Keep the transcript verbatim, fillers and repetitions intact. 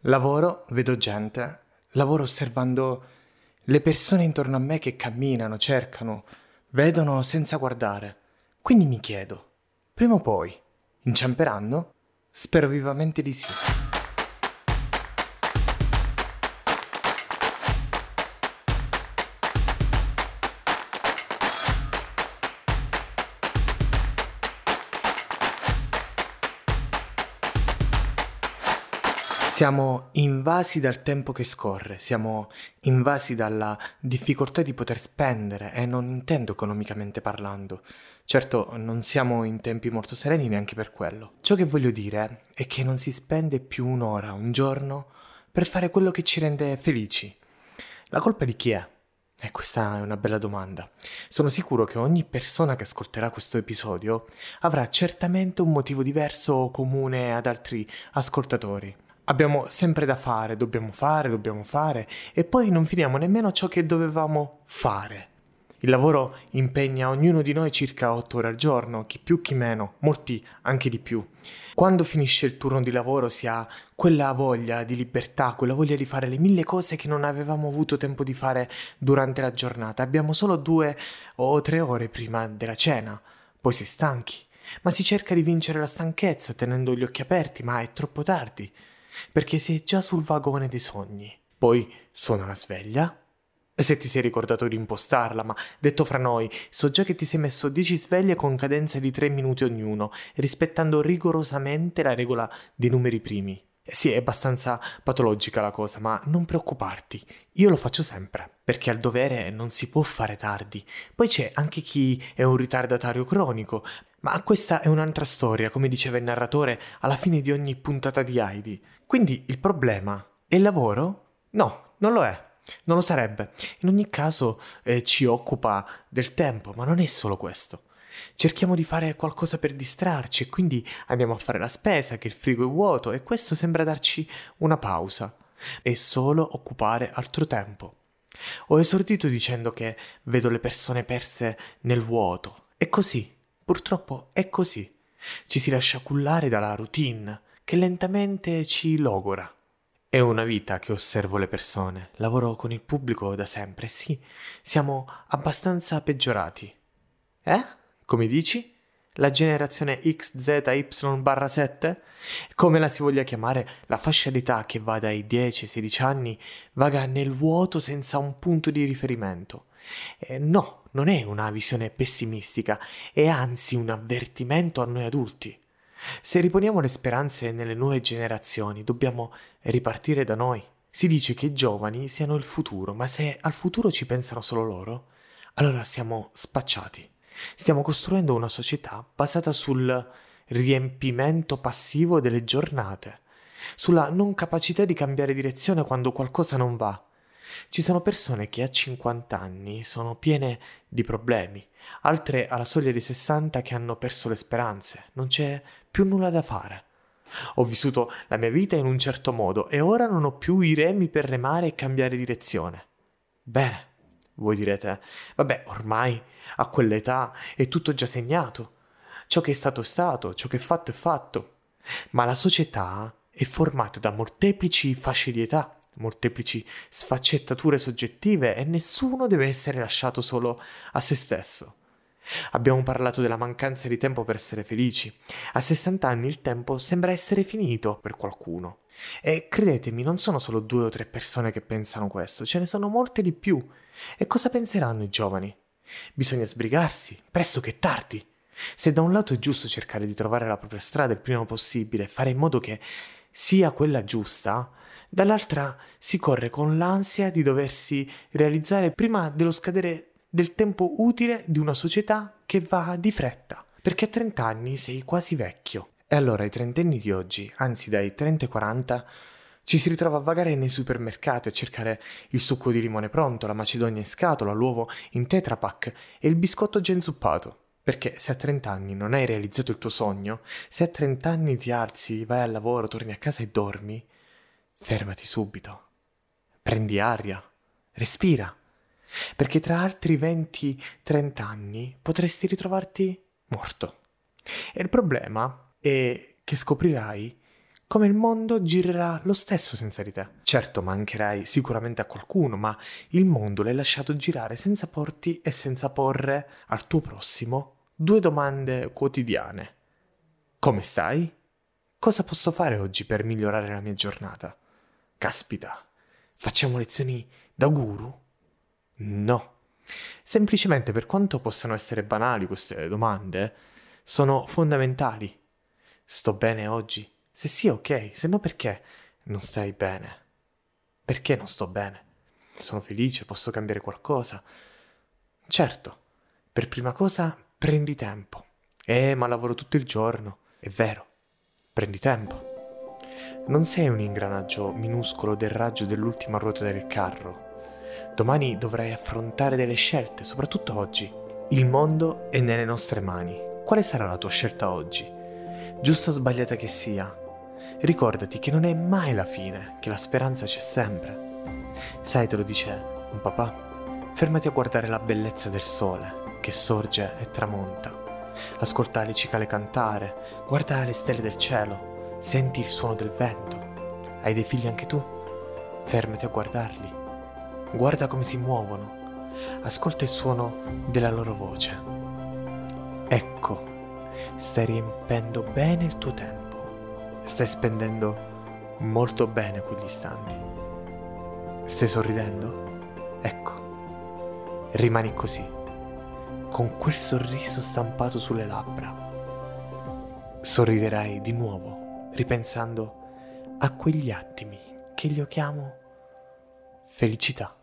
Lavoro, vedo gente, lavoro osservando le persone intorno a me che camminano, cercano, vedono senza guardare. Quindi mi chiedo, prima o poi, inciamperanno? Spero vivamente di sì. Siamo invasi dal tempo che scorre, siamo invasi dalla difficoltà di poter spendere e non intendo economicamente parlando. Certo, non siamo in tempi molto sereni neanche per quello. Ciò che voglio dire è che non si spende più un'ora, un giorno, per fare quello che ci rende felici. La colpa di chi è? E questa è una bella domanda. Sono sicuro che ogni persona che ascolterà questo episodio avrà certamente un motivo diverso o comune ad altri ascoltatori. Abbiamo sempre da fare, dobbiamo fare, dobbiamo fare e poi non finiamo nemmeno ciò che dovevamo fare. Il lavoro impegna ognuno di noi circa otto ore al giorno, chi più chi meno, molti anche di più. Quando finisce il turno di lavoro si ha quella voglia di libertà, quella voglia di fare le mille cose che non avevamo avuto tempo di fare durante la giornata. Abbiamo solo due o tre ore prima della cena, poi si è stanchi. Ma si cerca di vincere la stanchezza tenendo gli occhi aperti, ma è troppo tardi, perché sei già sul vagone dei sogni. Poi suona la sveglia, se ti sei ricordato di impostarla, ma detto fra noi, so già che ti sei messo dieci sveglie con cadenza di tre minuti ognuno, rispettando rigorosamente la regola dei numeri primi. Sì, è abbastanza patologica la cosa, ma non preoccuparti, io lo faccio sempre, perché al dovere non si può fare tardi. Poi c'è anche chi è un ritardatario cronico, ma questa è un'altra storia, come diceva il narratore alla fine di ogni puntata di Heidi. Quindi il problema è il lavoro? No, non lo è. Non lo sarebbe. In ogni caso eh, ci occupa del tempo, ma non è solo questo. Cerchiamo di fare qualcosa per distrarci e quindi andiamo a fare la spesa, che il frigo è vuoto e questo sembra darci una pausa. È solo occupare altro tempo. Ho esordito dicendo che vedo le persone perse nel vuoto. È così, purtroppo è così. Ci si lascia cullare dalla routine che lentamente ci logora. È una vita che osservo le persone, lavoro con il pubblico da sempre, sì, siamo abbastanza peggiorati. Eh? Come dici? La generazione X Z Y barra sette? Come la si voglia chiamare, la fascia d'età che va dai dieci ai sedici anni vaga nel vuoto senza un punto di riferimento. Eh, no, non è una visione pessimistica, è anzi un avvertimento a noi adulti. Se riponiamo le speranze nelle nuove generazioni, dobbiamo ripartire da noi. Si dice che i giovani siano il futuro, ma se al futuro ci pensano solo loro, allora siamo spacciati. Stiamo costruendo una società basata sul riempimento passivo delle giornate, sulla non capacità di cambiare direzione quando qualcosa non va. Ci sono persone che a cinquanta anni sono piene di problemi, altre alla soglia dei sessanta che hanno perso le speranze, non c'è più nulla da fare. Ho vissuto la mia vita in un certo modo e ora non ho più i remi per remare e cambiare direzione. Bene, voi direte, vabbè, ormai a quell'età è tutto già segnato. Ciò che è stato è stato, ciò che è fatto è fatto. Ma la società è formata da molteplici fasce di età, molteplici sfaccettature soggettive e nessuno deve essere lasciato solo a se stesso. Abbiamo parlato della mancanza di tempo per essere felici. A sessanta anni il tempo sembra essere finito per qualcuno. E credetemi, non sono solo due o tre persone che pensano questo, ce ne sono molte di più. E cosa penseranno i giovani? Bisogna sbrigarsi, presto che tardi. Se da un lato è giusto cercare di trovare la propria strada il prima possibile e fare in modo che sia quella giusta, dall'altra si corre con l'ansia di doversi realizzare prima dello scadere del tempo utile di una società che va di fretta, perché a trenta anni sei quasi vecchio. E allora ai trentenni di oggi, anzi dai trenta ai quaranta, ci si ritrova a vagare nei supermercati a cercare il succo di limone pronto, la macedonia in scatola, l'uovo in Tetra Pak e il biscotto già inzuppato. Perché se a trenta anni non hai realizzato il tuo sogno, se a trenta anni ti alzi, vai al lavoro, torni a casa e dormi, fermati subito. Prendi aria, respira. Perché tra altri venti trenta anni potresti ritrovarti morto. E il problema è che scoprirai come il mondo girerà lo stesso senza di te. Certo, mancherai sicuramente a qualcuno, ma il mondo l'hai lasciato girare senza porti e senza porre al tuo prossimo due domande quotidiane. Come stai? Cosa posso fare oggi per migliorare la mia giornata? Caspita, facciamo lezioni da guru? No. Semplicemente, per quanto possano essere banali queste domande, sono fondamentali. Sto bene oggi? Se sì, ok, se no perché non stai bene? Perché non sto bene? Sono felice, posso cambiare qualcosa? Certo, per prima cosa prendi tempo. Eh, ma lavoro tutto il giorno. È vero, prendi tempo. Non sei un ingranaggio minuscolo del raggio dell'ultima ruota del carro. Domani dovrai affrontare delle scelte, soprattutto oggi. Il mondo è nelle nostre mani. Quale sarà la tua scelta oggi? Giusta o sbagliata che sia, ricordati che non è mai la fine, che la speranza c'è sempre. Sai, te lo dice un papà? Fermati a guardare la bellezza del sole, che sorge e tramonta. Ascolta le cicale cantare, guarda le stelle del cielo, senti il suono del vento. Hai dei figli anche tu? Fermati a guardarli. Guarda come si muovono, ascolta il suono della loro voce. Ecco, stai riempendo bene il tuo tempo, stai spendendo molto bene quegli istanti. Stai sorridendo? Ecco, rimani così, con quel sorriso stampato sulle labbra. Sorriderai di nuovo, ripensando a quegli attimi che io chiamo felicità.